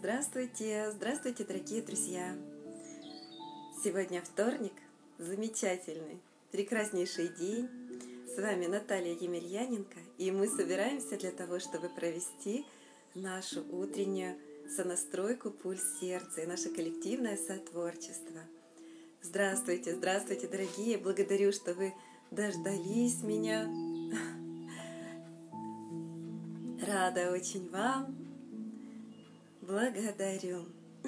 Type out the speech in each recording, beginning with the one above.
Здравствуйте, здравствуйте, дорогие друзья! Сегодня вторник, замечательный, прекраснейший день. С вами Наталья Емельяненко, и мы собираемся для того, чтобы провести нашу утреннюю сонастройку «Пульс сердца» и наше коллективное сотворчество. Здравствуйте, здравствуйте, дорогие! Благодарю, что вы дождались меня. Рада очень вам. Благодарю.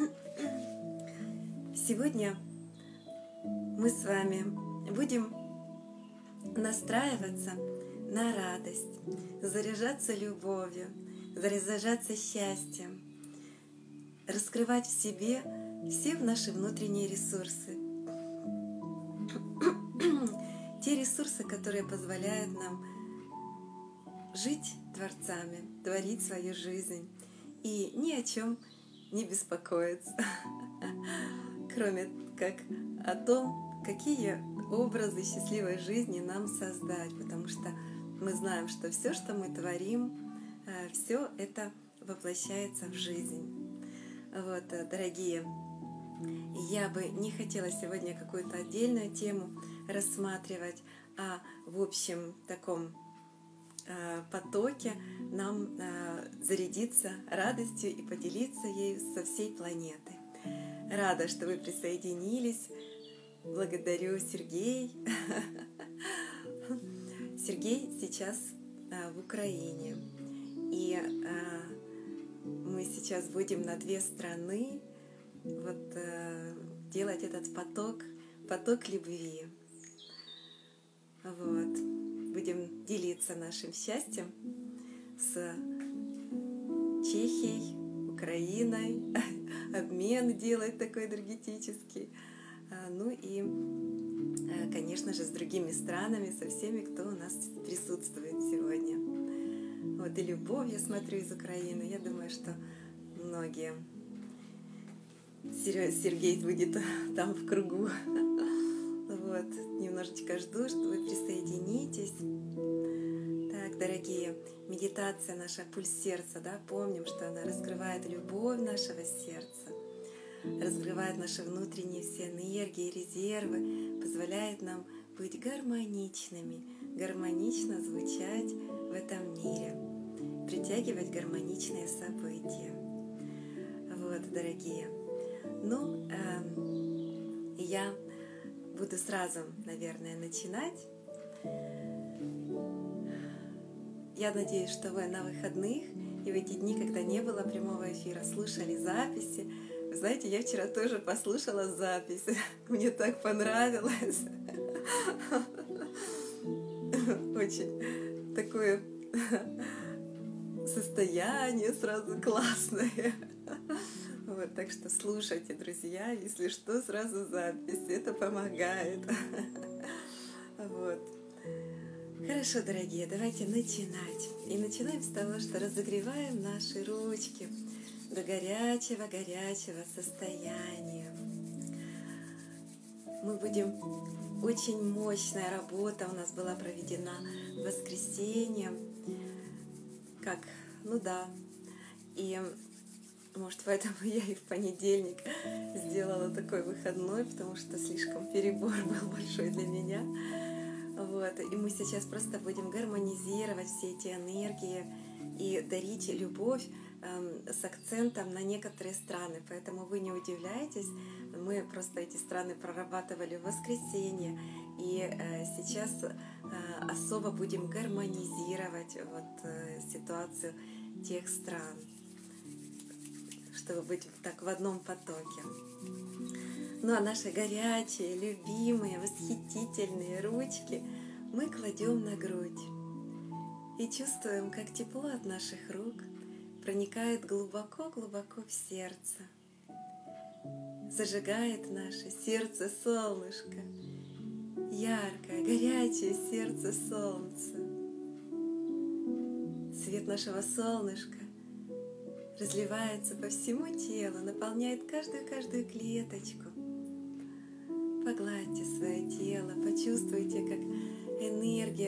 Сегодня мы с вами будем настраиваться на радость, заряжаться любовью, заряжаться счастьем, раскрывать в себе все наши внутренние ресурсы. Те ресурсы, которые позволяют нам жить творцами, творить свою жизнь и ни о чем не беспокоиться, кроме как о том, какие образы счастливой жизни нам создать, потому что мы знаем, что все, что мы творим, все это воплощается в жизнь. Вот, дорогие, я бы не хотела сегодня какую-то отдельную тему рассматривать, а в общем таком потоке нам зарядиться радостью и поделиться ею со всей планетой. Рада, что вы присоединились. Благодарю, Сергей. Сергей сейчас в Украине. И мы сейчас будем на 2 страны делать этот поток любви. Вот. Будем делиться нашим счастьем с Чехией, Украиной, обмен делать такой энергетический. Ну и, конечно же, с другими странами, со всеми, кто у нас присутствует сегодня. Вот и Любовь, я смотрю, из Украины. Я думаю, что многие. Сергей будет там в кругу. Вот, немножечко жду, что вы присоединитесь. Так, дорогие, медитация наша «Пульс сердца», да, помним, что она раскрывает любовь нашего сердца, раскрывает наши внутренние все энергии, резервы, позволяет нам быть гармоничными, гармонично звучать в этом мире, притягивать гармоничные события. Вот, дорогие. Ну, я буду сразу, наверное, начинать. Я надеюсь, что вы на выходных и в эти дни, когда не было прямого эфира, слушали записи. Вы знаете, я вчера тоже послушала запись. Мне так понравилось. Очень такое состояние сразу классное. Вот, так что слушайте, друзья, если что, сразу запись, это помогает. Вот. Хорошо, дорогие, давайте начинать. И начинаем с того, что разогреваем наши ручки до горячего-горячего состояния. Мы будем... Очень мощная работа у нас была проведена в воскресенье. И... Может, поэтому я и в понедельник сделала такой выходной, потому что слишком перебор был большой для меня. Вот. И мы сейчас просто будем гармонизировать все эти энергии и дарить любовь с акцентом на некоторые страны. Поэтому вы не удивляйтесь, мы просто эти страны прорабатывали в воскресенье, и сейчас особо будем гармонизировать ситуацию тех стран, чтобы быть так в одном потоке. Ну а наши горячие, любимые, восхитительные ручки мы кладем на грудь и чувствуем, как тепло от наших рук проникает глубоко-глубоко в сердце, зажигает наше сердце солнышко, яркое, горячее сердце солнца. Свет нашего солнышка разливается по всему телу, наполняет каждую клеточку. Погладьте свое тело, почувствуйте, как энергия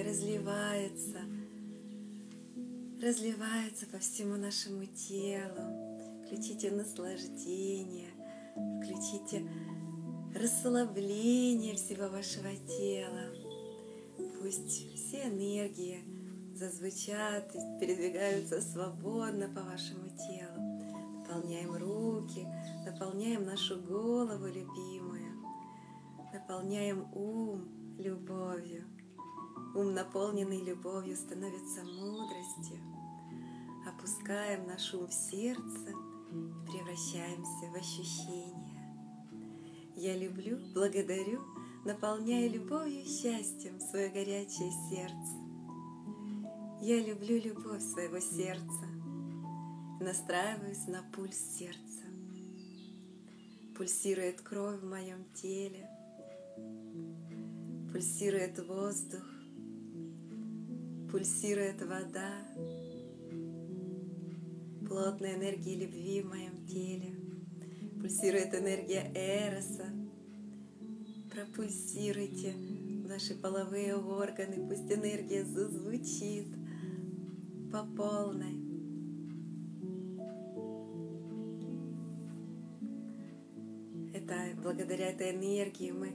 разливается по всему нашему телу. включите наслаждение, включите расслабление всего вашего тела. Пусть все энергии зазвучат и передвигаются свободно по вашему телу. Наполняем руки, наполняем нашу голову любимую, наполняем ум любовью. Ум, наполненный любовью, становится мудростью. Опускаем наш ум в сердце и превращаемся в ощущения. Я люблю, благодарю, наполняя любовью и счастьем свое горячее сердце. Я люблю любовь своего сердца. Настраиваюсь на пульс сердца. Пульсирует кровь в моем теле. Пульсирует воздух. Пульсирует вода. Плотная энергия любви в моем теле. Пульсирует энергия Эроса. Пропульсируйте наши половые органы. Пусть энергия зазвучит по полной. Благодаря этой энергии мы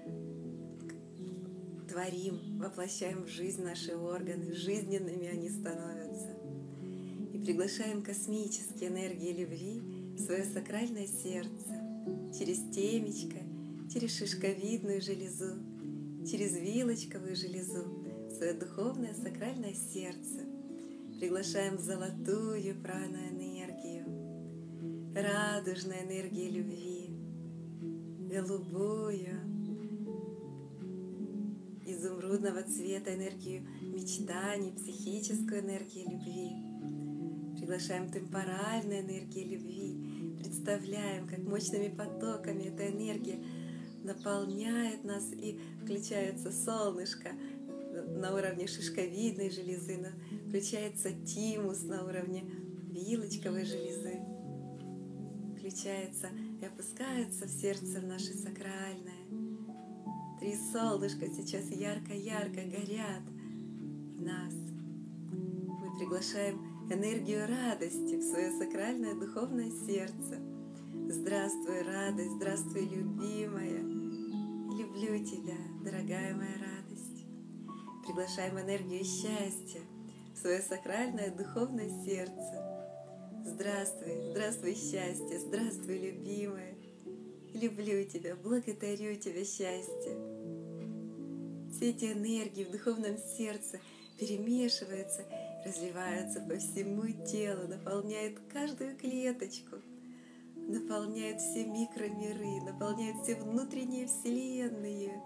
творим, воплощаем в жизнь наши органы, жизненными они становятся. И приглашаем космические энергии любви в свое сакральное сердце, через темечко, через шишковидную железу, через вилочковую железу, в свое духовное сакральное сердце. Приглашаем золотую прану-энергию, радужную энергию любви, голубую, изумрудного цвета энергию мечтаний, психическую энергию любви. Приглашаем темпоральную энергию любви. Представляем, как мощными потоками эта энергия наполняет нас, и включается солнышко на уровне шишковидной железы, включается тимус на уровне вилочковой железы, включается и опускается в сердце наше сакральное. 3 солнышка сейчас ярко-ярко горят в нас. Мы приглашаем энергию радости в свое сакральное духовное сердце. Здравствуй, радость, здравствуй, любимая. Люблю тебя, дорогая моя радость. Приглашаем энергию счастья в свое сакральное духовное сердце. Здравствуй, здравствуй, счастье, здравствуй, любимая. Люблю тебя, благодарю тебя, счастье. Все эти энергии в духовном сердце перемешиваются, разливаются по всему телу, наполняют каждую клеточку, наполняют все микромиры, наполняют все внутренние вселенные.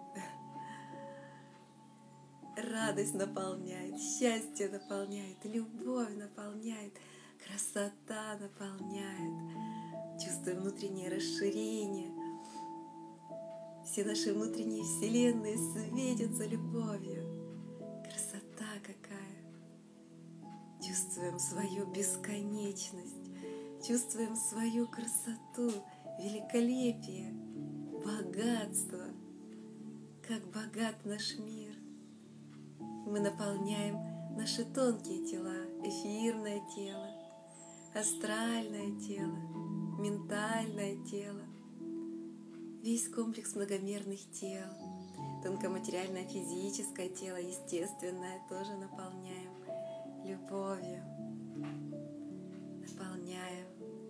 Радость наполняет, счастье наполняет, любовь наполняет, красота наполняет. Чувствуем внутреннее расширение. Все наши внутренние вселенные светятся любовью. Красота какая! Чувствуем свою бесконечность, чувствуем свою красоту, великолепие, богатство. Как богат наш мир! Мы наполняем наши тонкие тела, эфирное тело, астральное тело, ментальное тело, весь комплекс многомерных тел, тонкоматериальное физическое тело, естественное, тоже наполняем любовью, наполняем,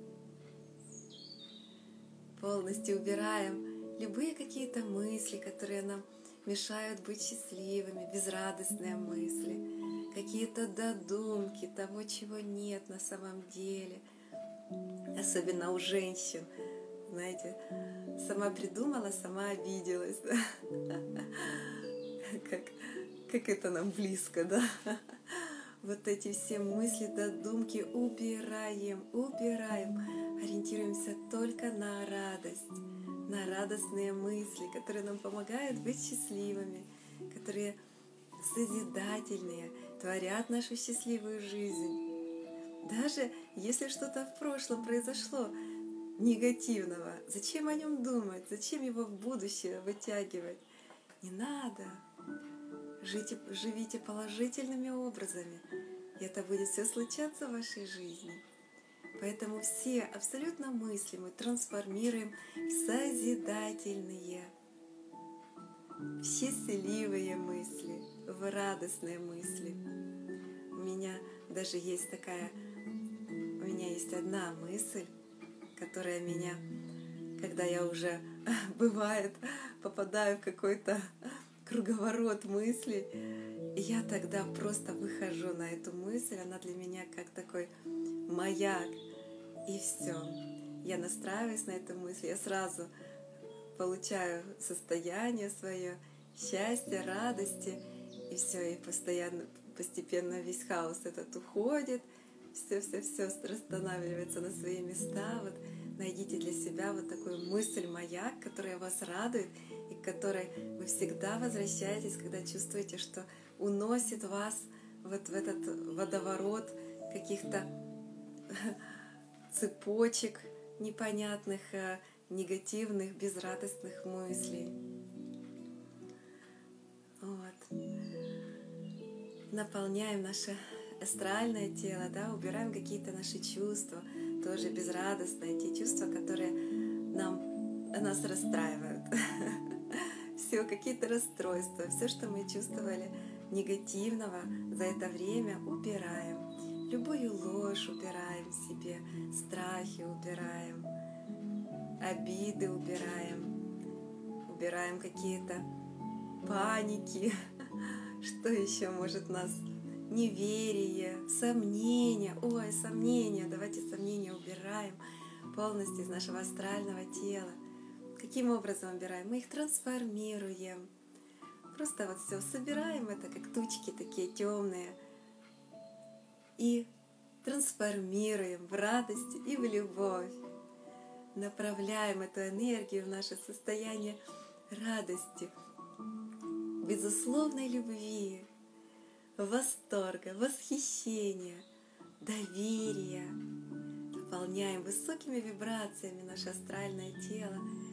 полностью убираем любые какие-то мысли, которые нам мешают быть счастливыми, безрадостные мысли, какие-то додумки того, чего нет на самом деле. Особенно у женщин, знаете, сама придумала, сама обиделась, да? Как это нам близко, да? Вот эти все мысли, додумки убираем, ориентируемся только на радость, на радостные мысли, которые нам помогают быть счастливыми, которые созидательные, творят нашу счастливую жизнь. Даже если что-то в прошлом произошло негативного, зачем о нем думать, зачем его в будущее вытягивать? Не надо. Живите положительными образами, и это будет все случаться в вашей жизни. Поэтому все абсолютно мысли мы трансформируем в созидательные, в счастливые мысли, в радостные мысли. У меня есть одна мысль, которая меня, когда я уже, бывает, попадаю в какой-то круговорот мыслей, и я тогда просто выхожу на эту мысль, она для меня как такой маяк, и все. Я настраиваюсь на эту мысль, я сразу получаю состояние свое, счастья, радости, и все, и постепенно весь хаос этот уходит, все расстанавливается на свои места. Вот найдите для себя вот такую мысль-маяк, которая вас радует и к которой вы всегда возвращаетесь, когда чувствуете, что уносит вас вот в этот водоворот каких-то цепочек непонятных, негативных, безрадостных мыслей. Вот. Наполняем наше астральное тело, да, убираем какие-то наши чувства, тоже безрадостные, те чувства, которые нас расстраивают. Все, какие-то расстройства, все, что мы чувствовали негативного за это время, убираем. Любую ложь убираем в себе, страхи убираем, обиды убираем какие-то паники, что еще может нас, неверие, сомнения. Ой, сомнения, давайте сомнения убираем полностью из нашего астрального тела. Каким образом убираем? Мы их трансформируем. Просто вот все собираем это, как тучки такие темные, и трансформируем в радость и в любовь. Направляем эту энергию в наше состояние радости, безусловной любви, восторга, восхищения, доверия. Наполняем высокими вибрациями наше астральное тело,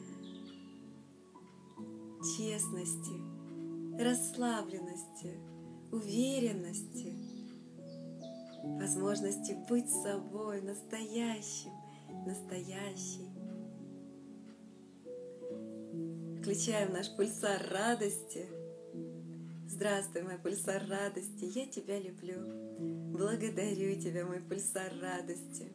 честности, расслабленности, уверенности, возможности быть собой, настоящей. Включаем наш пульсар радости. Здравствуй, мой пульсар радости, я тебя люблю. Благодарю тебя, мой пульсар радости.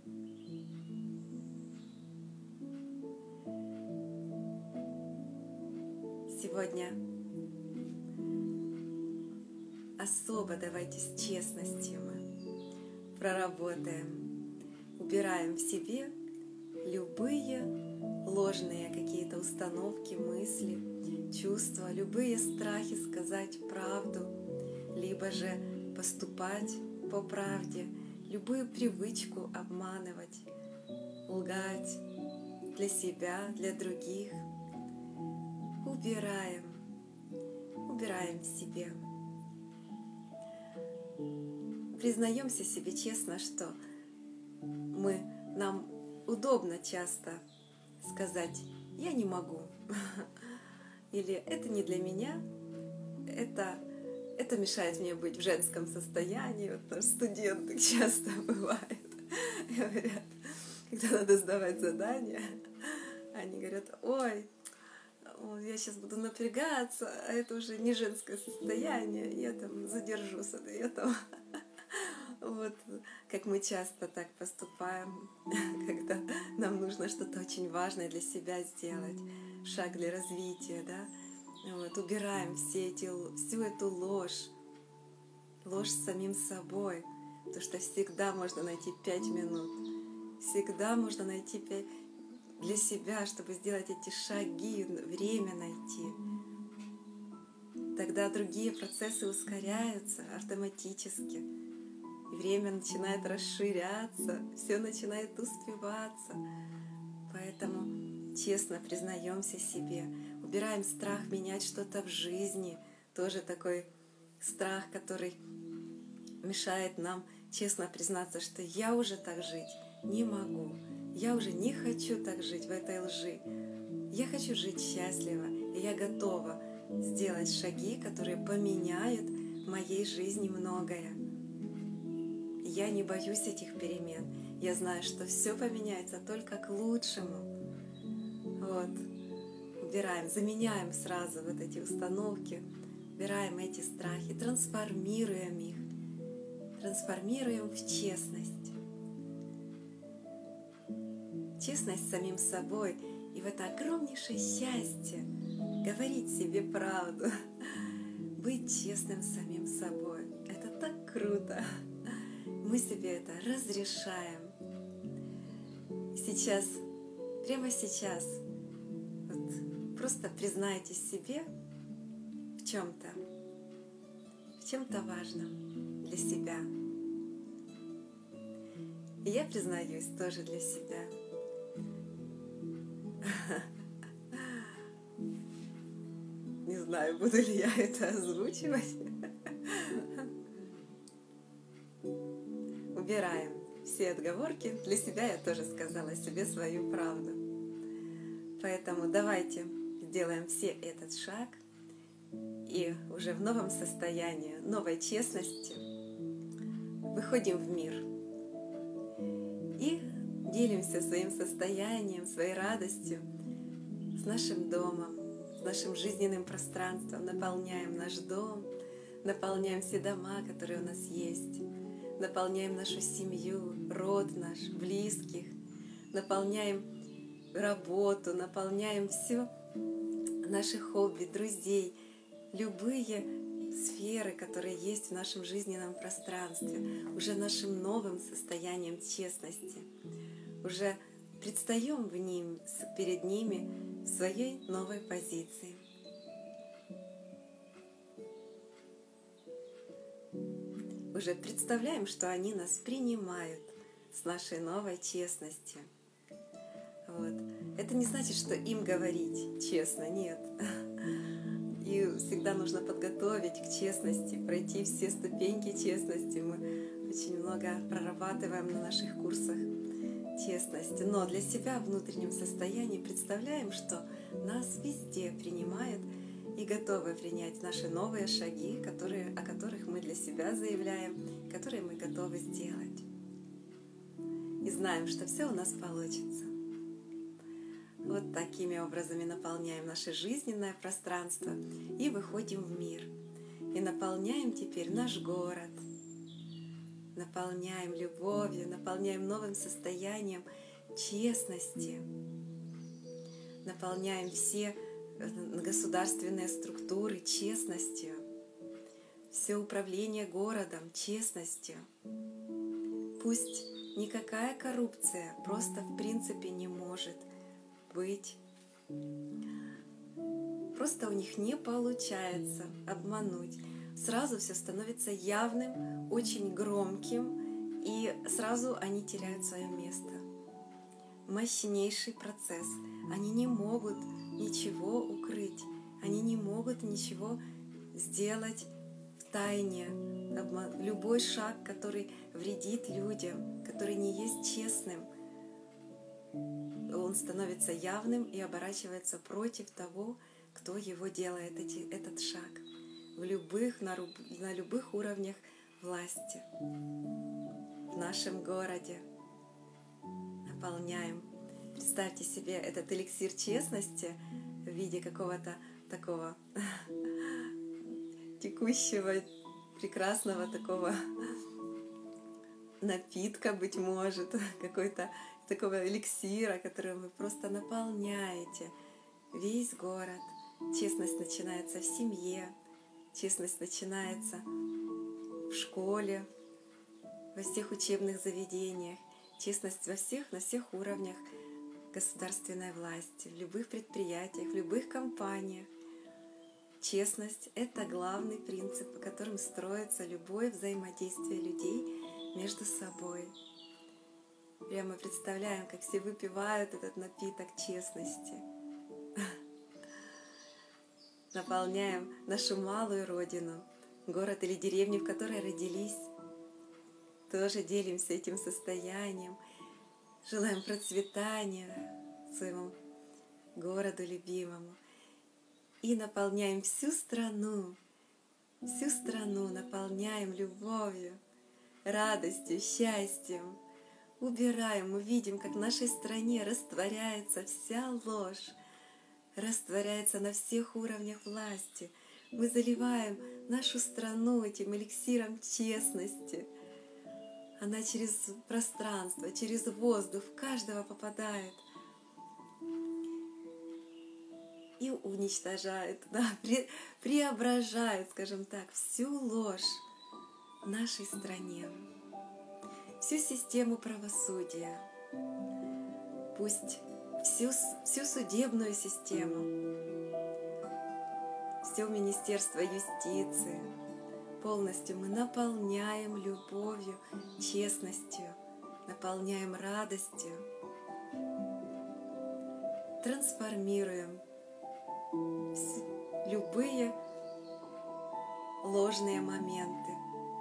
Сегодня особо давайте с честностью мы проработаем. Убираем в себе любые ложные какие-то установки, мысли, чувства, любые страхи сказать правду, либо же поступать по правде, любую привычку обманывать, лгать для себя, для других. Убираем в себе. Признаемся себе честно, что нам удобно часто сказать «я не могу» или «это не для меня», это мешает мне быть в женском состоянии. Вот наш студенты часто бывает, говорят, когда надо сдавать задания, они говорят: ой, я сейчас буду напрягаться, а это уже не женское состояние, я там задержусь от этого. Вот как мы часто так поступаем, когда нам нужно что-то очень важное для себя сделать, шаг для развития, да? Вот, убираем всю эту ложь с самим собой, потому что всегда можно найти 5 минут, всегда можно найти 5 для себя, чтобы сделать эти шаги, время найти. Тогда другие процессы ускоряются автоматически. Время начинает расширяться, все начинает успеваться. Поэтому честно признаемся себе, убираем страх менять что-то в жизни. Тоже такой страх, который мешает нам честно признаться, что я уже так жить не могу. Я уже не хочу так жить в этой лжи. Я хочу жить счастливо, и я готова сделать шаги, которые поменяют в моей жизни многое. я не боюсь этих перемен. Я знаю, что все поменяется только к лучшему. Вот. Убираем, заменяем сразу вот эти установки, убираем эти страхи, трансформируем их, трансформируем в честность. Честность с самим собой и в это огромнейшее счастье говорить себе правду, быть честным с самим собой. Это так круто. Мы себе это разрешаем. Сейчас, прямо сейчас, вот, просто признайтесь себе в чем-то важном для себя. И я признаюсь тоже для себя. Не знаю, буду ли я это озвучивать. Убираем все отговорки. Для себя я тоже сказала себе свою правду. Поэтому давайте сделаем все этот шаг и уже в новом состоянии, новой честности выходим в мир и делимся своим состоянием, своей радостью с нашим домом, с нашим жизненным пространством, наполняем наш дом, наполняем все дома, которые у нас есть, наполняем нашу семью, род наш, близких, наполняем работу, наполняем все наши хобби, друзей, любые сферы, которые есть в нашем жизненном пространстве, уже нашим новым состоянием честности, уже предстаем перед ними в своей новой позиции. Уже представляем, что они нас принимают с нашей новой честностью. Вот. Это не значит, что им говорить честно, нет. И всегда нужно подготовить к честности, пройти все ступеньки честности. Мы очень много прорабатываем на наших курсах честности. Но для себя в внутреннем состоянии представляем, что нас везде принимают и готовы принять наши новые шаги, о которых мы для себя заявляем, которые мы готовы сделать. И знаем, что все у нас получится. Вот такими образами наполняем наше жизненное пространство и выходим в мир. И наполняем теперь наш город, наполняем любовью, наполняем новым состоянием честности, наполняем все государственные структуры честностью, все управление городом честностью. Пусть никакая коррупция просто в принципе не может быть. Просто у них не получается обмануть. Сразу все становится явным, очень громким, и сразу они теряют свое место. Мощнейший процесс. Они не могут ничего укрыть. Они не могут ничего сделать в тайне. Любой шаг, который вредит людям, который не есть честным, он становится явным и оборачивается против того, кто его делает, этот шаг на любых уровнях власти. В нашем городе наполняем. Представьте себе этот эликсир честности в виде какого-то такого текущего, прекрасного такого напитка, быть может, какой-то такого эликсира, которым вы просто наполняете весь город. Честность начинается в семье, честность начинается в школе, во всех учебных заведениях, честность на всех уровнях государственной власти, в любых предприятиях, в любых компаниях. Честность — это главный принцип, по которому строится любое взаимодействие людей между собой. Прямо представляем, как все выпивают этот напиток честности. Наполняем нашу малую родину, город или деревню, в которой родились. Тоже делимся этим состоянием. Желаем процветания своему городу любимому. И наполняем всю страну наполняем любовью, радостью, счастьем. Убираем, мы видим, как в нашей стране растворяется вся ложь, растворяется на всех уровнях власти. Мы заливаем нашу страну этим эликсиром честности. Она через пространство, через воздух в каждого попадает и уничтожает, да, преображает, скажем так, всю ложь в нашей стране, всю систему правосудия, пусть всю судебную систему, все Министерство юстиции. Полностью мы наполняем любовью, честностью, наполняем радостью, трансформируем любые ложные моменты.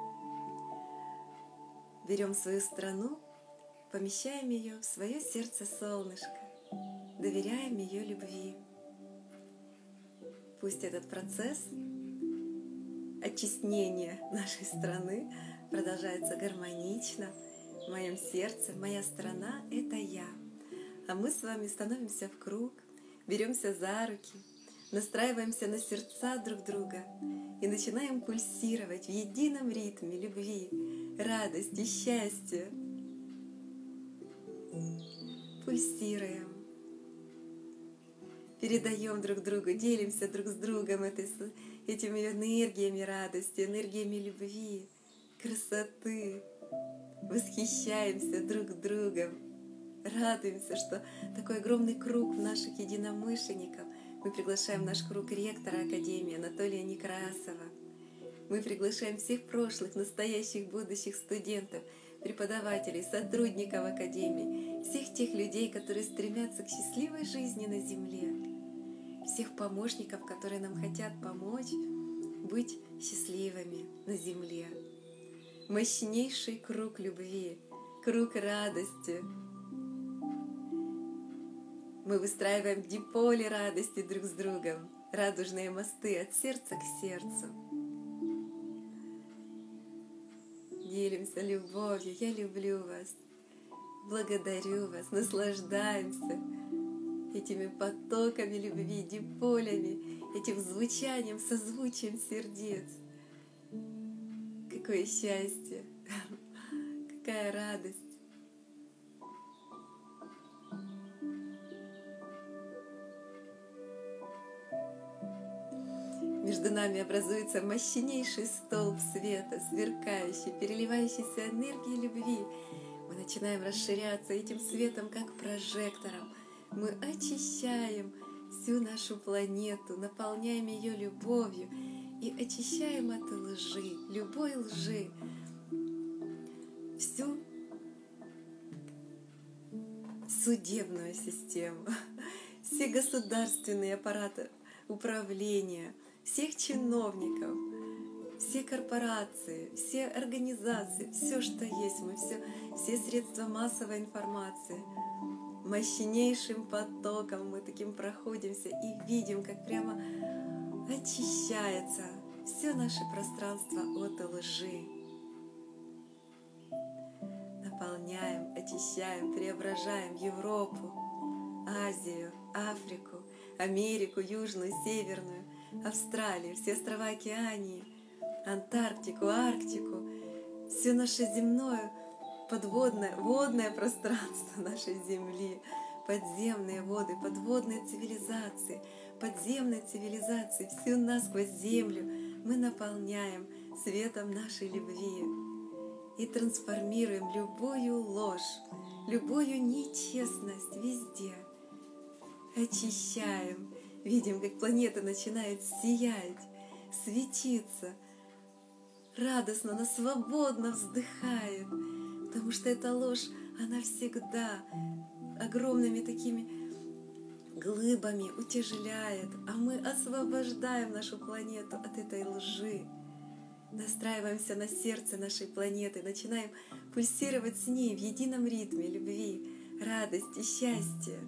Берем свою страну, помещаем ее в свое сердце солнышко, доверяем ее любви. Пусть этот процесс очистнения нашей страны продолжается гармонично. В моем сердце моя страна — это я. А мы с вами становимся в круг, беремся за руки, настраиваемся на сердца друг друга и начинаем пульсировать в едином ритме любви, радости, счастья. Пульсируем, передаем друг другу, делимся друг с другом этими энергиями радости, энергиями любви, красоты. Восхищаемся друг другом, радуемся, что такой огромный круг наших единомышленников. Мы приглашаем в наш круг ректора Академии Анатолия Некрасова. Мы приглашаем всех прошлых, настоящих, будущих студентов, преподавателей, сотрудников Академии, всех тех людей, которые стремятся к счастливой жизни на Земле, всех помощников, которые нам хотят помочь быть счастливыми на Земле. Мощнейший круг любви, круг радости. Мы выстраиваем диполи радости друг с другом, радужные мосты от сердца к сердцу. Делимся любовью, я люблю вас, благодарю вас, наслаждаемся этими потоками любви, диполями, этим звучанием, созвучием сердец. Какое счастье, какая радость. Между нами образуется мощнейший столб света, сверкающий, переливающийся энергией любви. Мы начинаем расширяться этим светом, как прожектором. Мы очищаем всю нашу планету, наполняем ее любовью и очищаем от лжи, любой лжи, всю судебную систему, все государственные аппараты управления, всех чиновников, все корпорации, все организации, все, что есть, мы все средства массовой информации, мощнейшим потоком мы таким проходимся и видим, как прямо очищается все наше пространство от лжи. Наполняем, очищаем, преображаем Европу, Азию, Африку, Америку, Южную, Северную, Австралию, все острова Океании, Антарктику, Арктику, все наше земное подводное, водное пространство нашей Земли, подземные воды, подводные цивилизации, подземные цивилизации, всю нас сквозь землю мы наполняем светом нашей любви и трансформируем любую ложь, любую нечестность везде. Очищаем, видим, как планета начинает сиять, светиться, радостно, она свободно вздыхает, потому что эта ложь, она всегда огромными такими глыбами утяжеляет, а мы освобождаем нашу планету от этой лжи. Настраиваемся на сердце нашей планеты, начинаем пульсировать с ней в едином ритме любви, радости, счастья.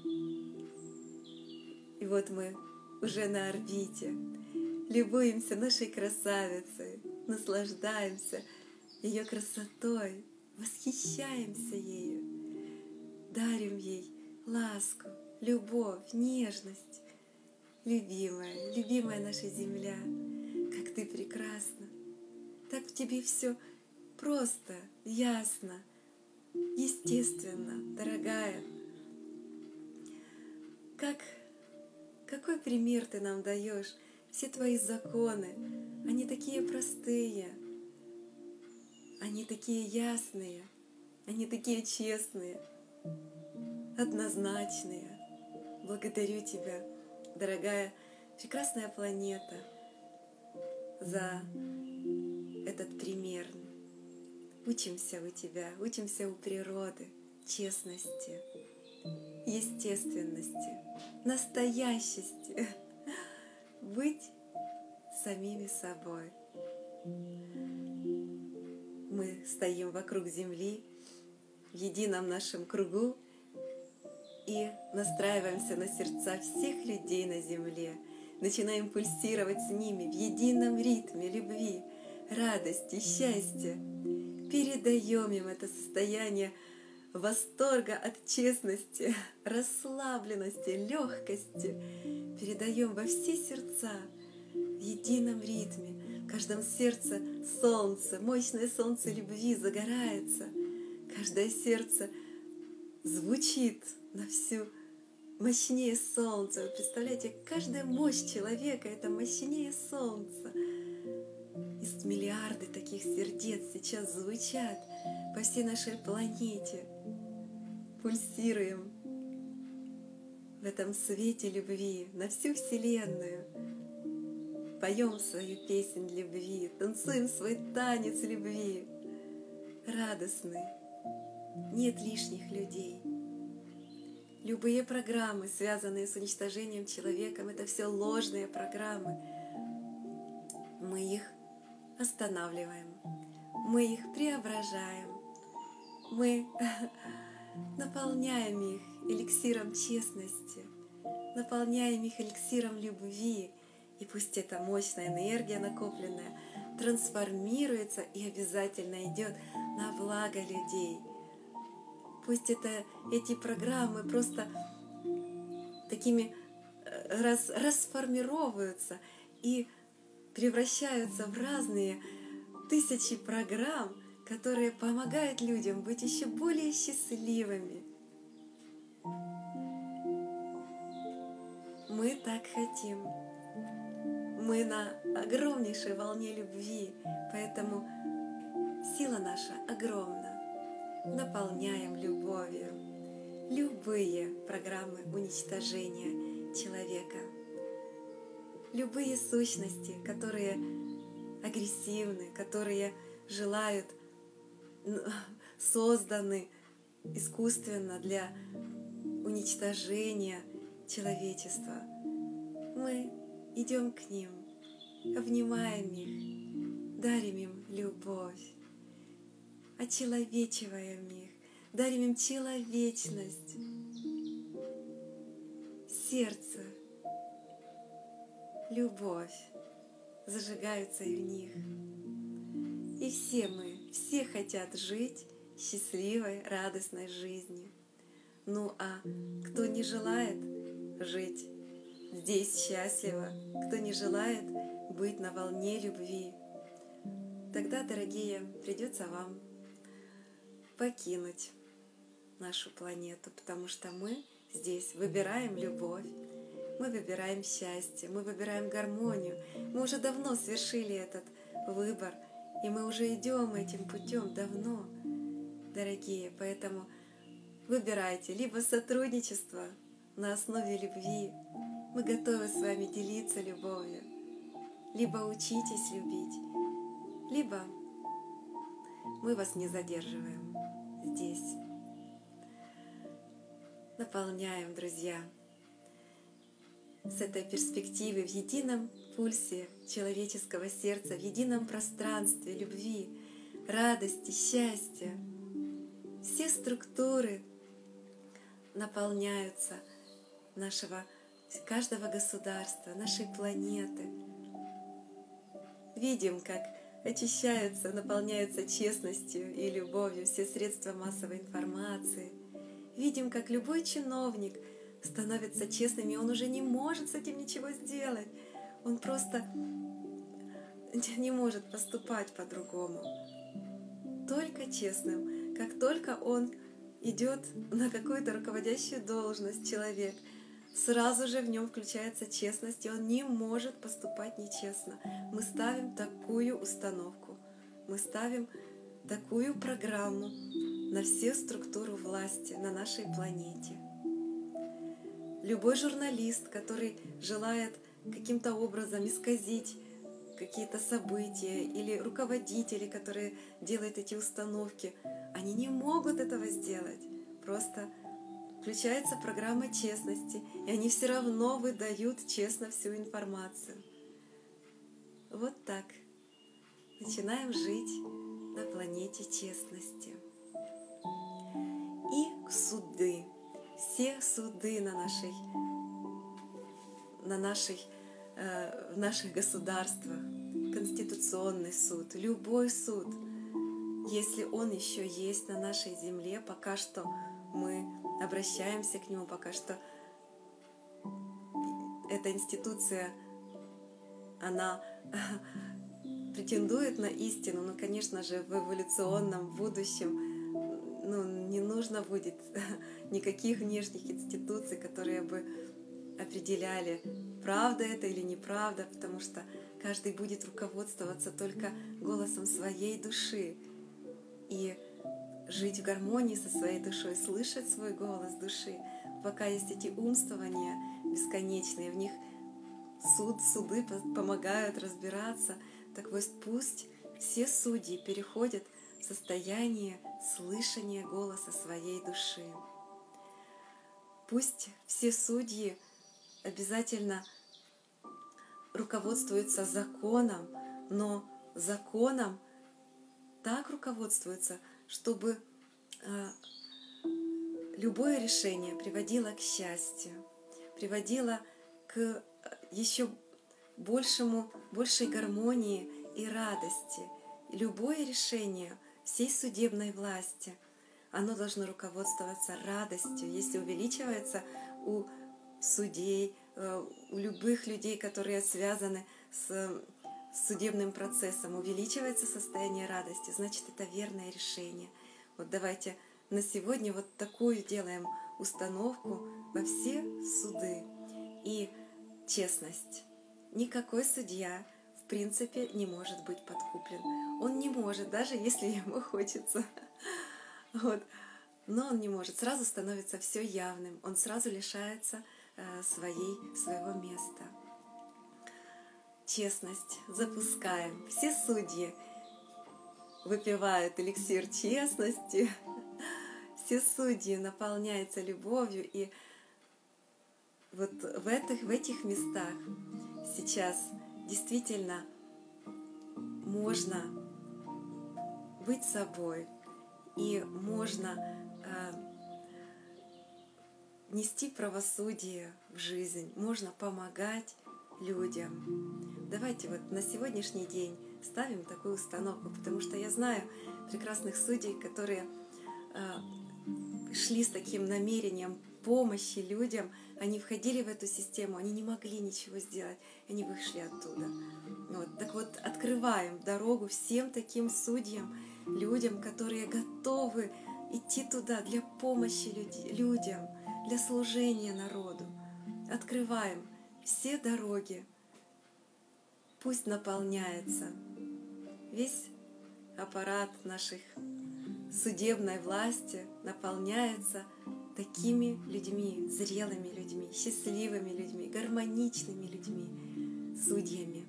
И вот мы уже на орбите, любуемся нашей красавицей, наслаждаемся ее красотой, восхищаемся ею, дарим ей ласку, любовь, нежность. Любимая, любимая наша земля, как ты прекрасна, так в тебе все просто, ясно, естественно, дорогая. Какой пример ты нам даешь? Все твои законы, они такие простые, они такие ясные, они такие честные, однозначные. Благодарю тебя, дорогая, прекрасная планета, за этот пример. Учимся у тебя, учимся у природы, честности, естественности, настоящести, быть самими собой. Мы стоим вокруг Земли в едином нашем кругу и настраиваемся на сердца всех людей на Земле, начинаем пульсировать с ними в едином ритме любви, радости, счастья, передаем им это состояние восторга от честности, расслабленности, легкости, передаем во все сердца в едином ритме. В каждом сердце солнце, мощное солнце любви загорается. Каждое сердце звучит на всю мощнее солнца. Вы представляете, каждая мощь человека — это мощнее солнца. И миллиарды таких сердец сейчас звучат по всей нашей планете. Пульсируем в этом свете любви на всю Вселенную. Поем свою песнь любви, танцуем свой танец любви. Радостный, нет лишних людей. Любые программы, связанные с уничтожением человеком, это все ложные программы. Мы их останавливаем, мы их преображаем, мы наполняем их эликсиром честности, наполняем их эликсиром любви. И пусть эта мощная энергия накопленная трансформируется и обязательно идет на благо людей. Пусть эти программы просто такими расформировываются и превращаются в разные тысячи программ, которые помогают людям быть еще более счастливыми. Мы так хотим. Мы на огромнейшей волне любви, поэтому сила наша огромна. Наполняем любовью любые программы уничтожения человека, любые сущности, которые агрессивны, которые желают, созданы искусственно для уничтожения человечества. Мы идем к ним, обнимаем их, дарим им любовь, очеловечиваем их, дарим им человечность, сердце, любовь зажигаются и в них. И все хотят жить счастливой, радостной жизнью. Ну а кто не желает жить здесь счастливо, кто не желает быть на волне любви, тогда, дорогие, придется вам покинуть нашу планету, потому что мы здесь выбираем любовь, мы выбираем счастье, мы выбираем гармонию. Мы уже давно совершили этот выбор, и мы уже идем этим путем давно, дорогие. Поэтому выбирайте либо сотрудничество на основе любви, мы готовы с вами делиться любовью, либо учитесь любить, либо мы вас не задерживаем здесь. Наполняем, друзья, с этой перспективы в едином пульсе человеческого сердца, в едином пространстве любви, радости, счастья. Все структуры наполняются каждого государства, нашей планеты. Видим, как очищаются, наполняются честностью и любовью все средства массовой информации. Видим, как любой чиновник становится честным, и он уже не может с этим ничего сделать. Он просто не может поступать по-другому. Только честным. Как только он идет на какую-то руководящую должность, человек, сразу же в нем включается честность, и он не может поступать нечестно. Мы ставим такую установку, мы ставим такую программу на всю структуру власти на нашей планете. Любой журналист, который желает каким-то образом исказить какие-то события, или руководители, которые делают эти установки, они не могут этого сделать. Просто включается программа честности, и они все равно выдают честно всю информацию. Вот так. Начинаем жить на планете честности. И суды. Все суды в наших государствах, Конституционный суд, любой суд, если он еще есть на нашей земле, пока что мы обращаемся к нему, пока что эта институция, она претендует на истину, но, конечно же, в эволюционном будущем не нужно будет никаких внешних институций, которые бы определяли, правда это или неправда, потому что каждый будет руководствоваться только голосом своей души и жить в гармонии со своей душой, слышать свой голос души. Пока есть эти умствования бесконечные, в них суды помогают разбираться, так вот пусть все судьи переходят в состояние слышания голоса своей души. Пусть все судьи обязательно руководствуются законом, но законом так руководствуются, чтобы любое решение приводило к счастью, приводило к еще большей гармонии и радости. Любое решение всей судебной власти, оно должно руководствоваться радостью. Если увеличивается у судей, у любых людей, которые связаны с судебным процессом, увеличивается состояние радости, значит, это верное решение. Вот давайте на сегодня вот такую делаем установку во все суды. И честность. Никакой судья в принципе не может быть подкуплен. Он не может, даже если ему хочется. Вот. Но он не может. Сразу становится все явным. Он сразу лишается своего места. Честность. Запускаем. Все судьи выпивают эликсир честности. Все судьи наполняются любовью. И вот в этих местах сейчас действительно можно быть собой, и можно нести правосудие в жизнь, можно помогать людям. Давайте вот на сегодняшний день ставим такую установку, потому что я знаю прекрасных судей, которые шли с таким намерением помощи людям, они входили в эту систему, они не могли ничего сделать, они вышли оттуда. Вот. Так вот, открываем дорогу всем таким судьям, людям, которые готовы идти туда для помощи людям, для служения народу. Открываем все дороги. Пусть наполняется весь аппарат наших судебной власти, наполняется такими людьми, зрелыми людьми, счастливыми людьми, гармоничными людьми, судьями.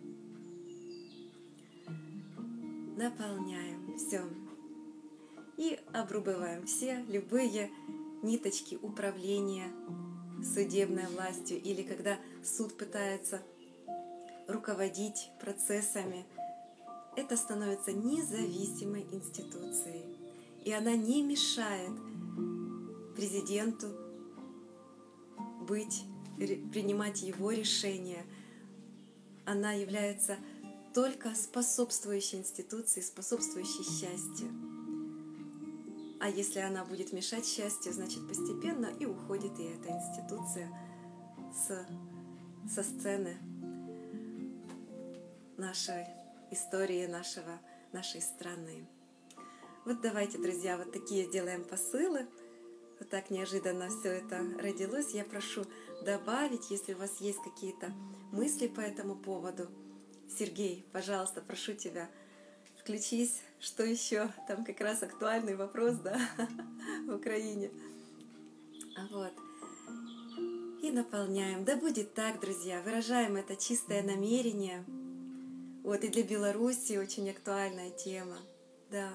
Наполняем все. И обрубываем все любые ниточки управления судебной властью, или когда суд пытается руководить процессами, это становится независимой институцией. И она не мешает президенту принимать его решения. Она является только способствующей институции, способствующей счастью. А если она будет мешать счастью, значит постепенно и уходит и эта институция со сцены нашей истории, нашей страны. Вот давайте, друзья, вот такие делаем посылы. Вот так неожиданно все это родилось. Я прошу добавить, если у вас есть какие-то мысли по этому поводу. Сергей, пожалуйста, прошу тебя, включись. Что еще? Там как раз актуальный вопрос, да, в Украине. Вот. И наполняем. Да будет так, друзья. Выражаем это чистое намерение. Вот, и для Беларуси очень актуальная тема. Да.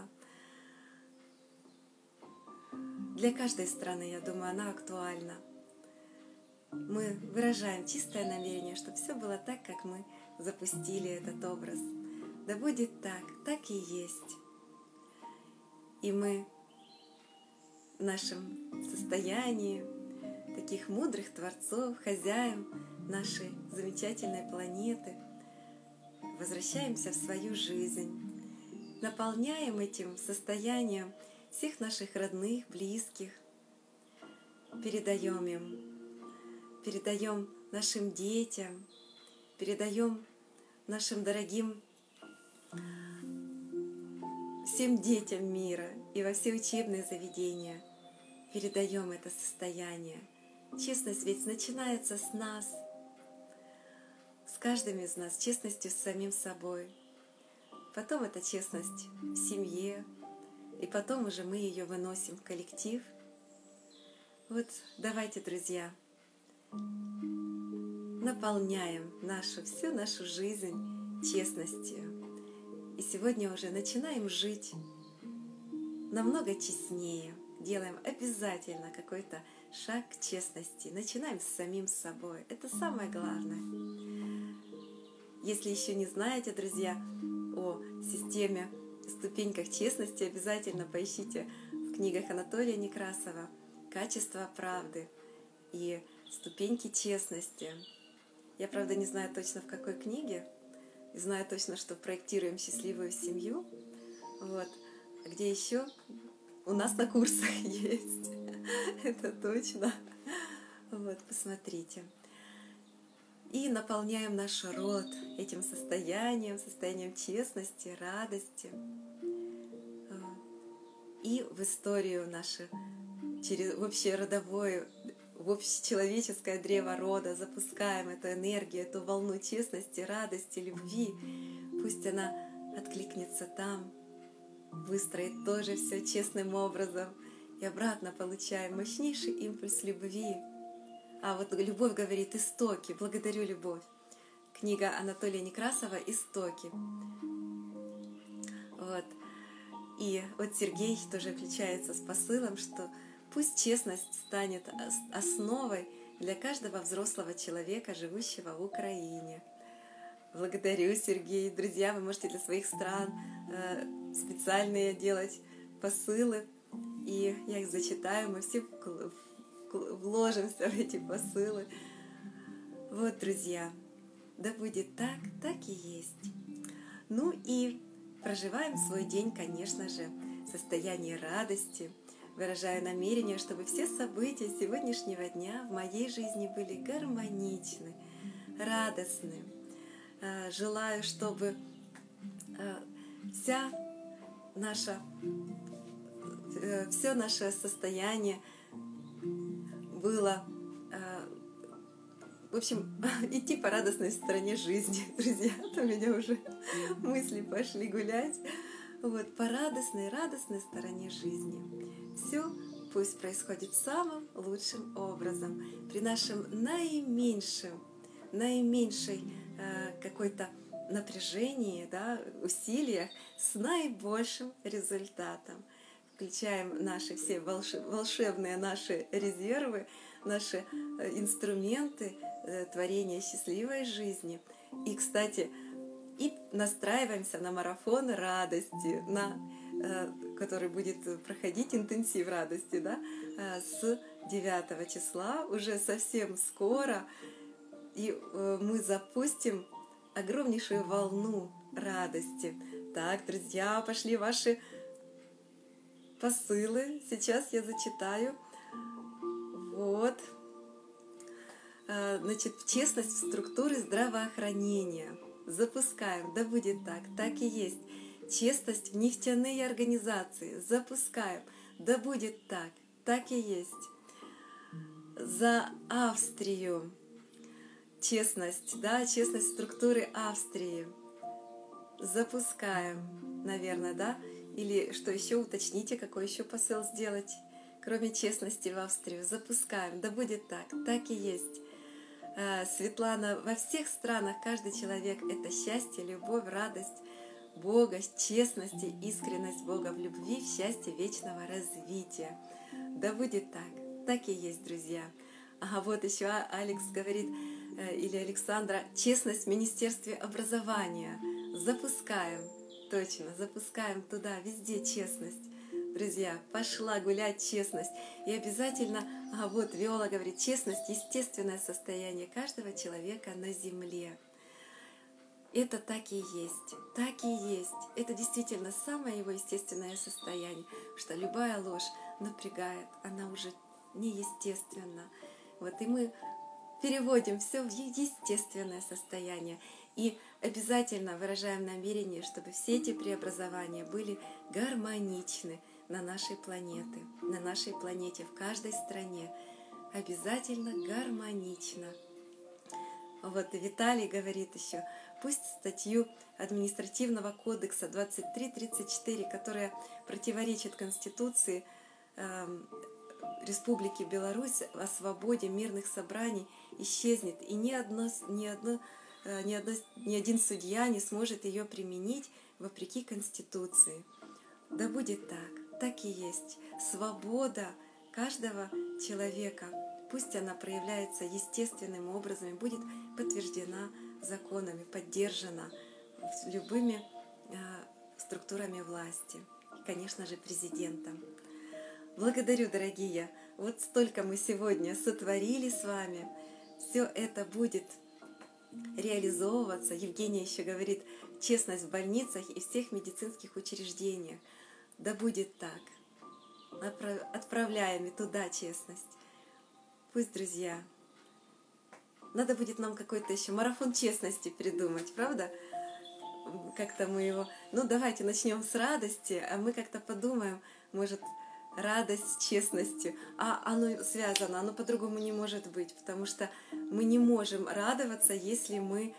Для каждой страны, я думаю, она актуальна. Мы выражаем чистое намерение, чтобы все было так, как мы запустили этот образ. Да будет так, так и есть. И мы в нашем состоянии таких мудрых творцов, хозяев нашей замечательной планеты, возвращаемся в свою жизнь, наполняем этим состоянием всех наших родных, близких, передаем им, передаем нашим детям, передаем нашим дорогим всем детям мира и во все учебные заведения. Передаем это состояние. Честность ведь начинается с нас, с каждым из нас, честностью с самим собой. Потом это честность в семье, и потом уже мы ее выносим в коллектив. Вот давайте, друзья, наполняем всю нашу жизнь честностью. И сегодня уже начинаем жить намного честнее. Делаем обязательно какой-то шаг к честности. Начинаем с самим собой. Это самое главное. Если еще не знаете, друзья, о системе, ступеньках честности, обязательно поищите в книгах Анатолия Некрасова «Качество правды» и «Ступеньки честности». Я, правда, не знаю точно, в какой книге, и знаю точно, что проектируем счастливую семью. Вот. А где еще? У нас на курсах есть. Это точно. Вот, посмотрите. И наполняем наш род этим состоянием честности, радости. И в историю нашу, в общеродовое, в общечеловеческое древо рода запускаем эту энергию, эту волну честности, радости, любви. Пусть она откликнется там, выстроит тоже все честным образом. И обратно получаем мощнейший импульс любви. А вот любовь говорит «Истоки». Благодарю, любовь. Книга Анатолия Некрасова «Истоки». Вот. И вот Сергей тоже включается с посылом, что пусть честность станет основой для каждого взрослого человека, живущего в Украине. Благодарю, Сергей. Друзья, вы можете для своих стран специальные делать посылы, и я их зачитаю, мы все вложимся в эти посылы. Вот, друзья, да будет так, так и есть. Ну и проживаем свой день, конечно же, в состоянии радости, выражая намерение, чтобы все события сегодняшнего дня в моей жизни были гармоничны, радостны. Желаю, чтобы все наше состояние было, в общем, идти по радостной стороне жизни, друзья. У меня уже мысли пошли гулять. Вот, по радостной стороне жизни. Все пусть происходит самым лучшим образом, при нашем наименьшей какой-то напряжении, да, усилиях, с наибольшим результатом. Включаем наши все волшебные наши резервы, наши инструменты творения счастливой жизни. И, кстати, и настраиваемся на марафон радости, который будет проходить интенсив радости, да, с 9 числа, уже совсем скоро. И мы запустим огромнейшую волну радости. Так, друзья, пошли ваши посылы. Сейчас я зачитаю. Вот. Значит, честность в структуре здравоохранения. Запускаем. Да будет так. Так и есть. Честность в нефтяные организации. Запускаем. Да будет так. Так и есть. За Австрию. Честность, да, честность структуры Австрии. Запускаем, наверное, да? Или что еще, уточните, какой еще посыл сделать, кроме честности в Австрию. Запускаем, да будет так, так и есть. Светлана, во всех странах каждый человек — это счастье, любовь, радость Бога, честность и искренность Бога в любви, в счастье вечного развития. Да будет так, так и есть, друзья. Ага, вот еще Алекс говорит, или Александра, честность в Министерстве образования. Запускаем, точно, запускаем туда, везде честность. Друзья, пошла гулять честность. И обязательно, вот Виола говорит, честность — естественное состояние каждого человека на земле. Это так и есть, так и есть. Это действительно самое его естественное состояние, что любая ложь напрягает, она уже неестественна. Вот и мы переводим все в естественное состояние. И обязательно выражаем намерение, чтобы все эти преобразования были гармоничны на нашей планете, в каждой стране. Обязательно гармонично. Вот и Виталий говорит еще, пусть статью административного кодекса 2334, которая противоречит Конституции Республики Беларусь о свободе мирных собраний, исчезнет, и ни один судья не сможет ее применить вопреки Конституции. Да будет так, так и есть. Свобода каждого человека, пусть она проявляется естественным образом и будет подтверждена законами, поддержана любыми структурами власти, конечно же, президентом. Благодарю, дорогие. Вот столько мы сегодня сотворили с вами. Все это будет реализовываться. Евгения еще говорит, честность в больницах и всех медицинских учреждениях. Да будет так. Отправляем и туда честность. Пусть, друзья, надо будет нам какой-то еще марафон честности придумать, правда? Как-то мы его... Ну, давайте начнем с радости, а мы как-то подумаем, может, радость с честностью. А оно связано, оно по-другому не может быть, потому что мы не можем радоваться, если мы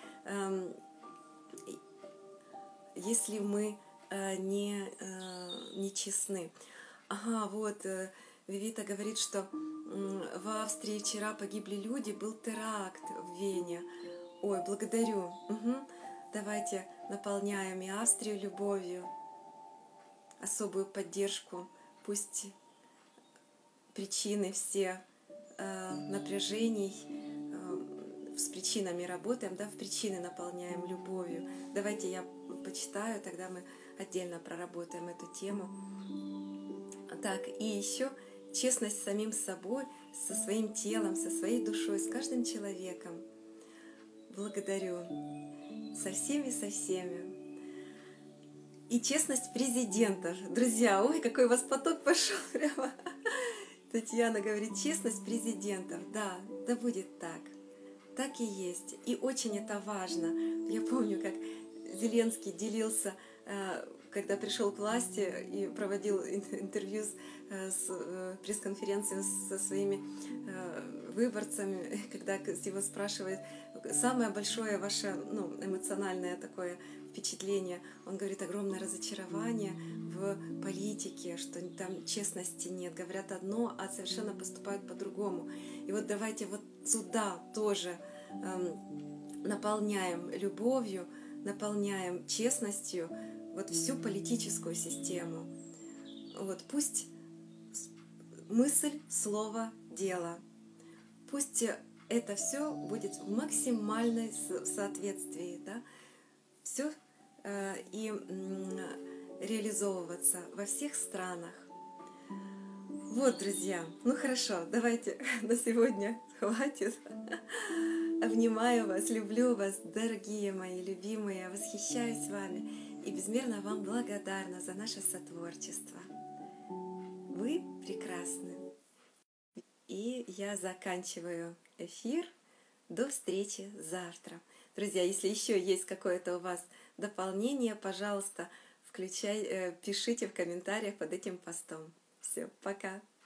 не честны. Ага, вот Вивита говорит, что в Австрии вчера погибли люди, был теракт в Вене. Ой, благодарю. Угу. Давайте наполняем и Австрию любовью, особую поддержку. Пусть причины все напряжений, с причинами работаем, да, в причины наполняем любовью. Давайте я почитаю, тогда мы отдельно проработаем эту тему. Так, и еще честность с самим собой, со своим телом, со своей душой, с каждым человеком. Благодарю. Со всеми, со всеми. И честность президента. Друзья, ой, какой у вас поток пошел прямо. Татьяна говорит, честность президентов. Да, да будет так. Так и есть. И очень это важно. Я помню, как Зеленский делился, когда пришел к власти и проводил интервью с пресс-конференцию со своими выборцами, когда его спрашивают, самое большое ваше эмоциональное такое впечатление. Он говорит, огромное разочарование в политике, что там честности нет. Говорят одно, а совершенно поступают по-другому. И вот давайте вот сюда тоже наполняем любовью, наполняем честностью вот всю политическую систему. Вот пусть мысль, слово, дело. Пусть это все будет в максимальной соответствии, да? Все и реализовываться во всех странах. Вот, друзья, ну хорошо, давайте на сегодня хватит. Обнимаю вас, люблю вас, дорогие мои любимые, восхищаюсь вами и безмерно вам благодарна за наше сотворчество. Вы прекрасны. И я заканчиваю эфир. До встречи завтра. Друзья, если еще есть какое-то у вас дополнение, пожалуйста, пишите в комментариях под этим постом. Все, пока.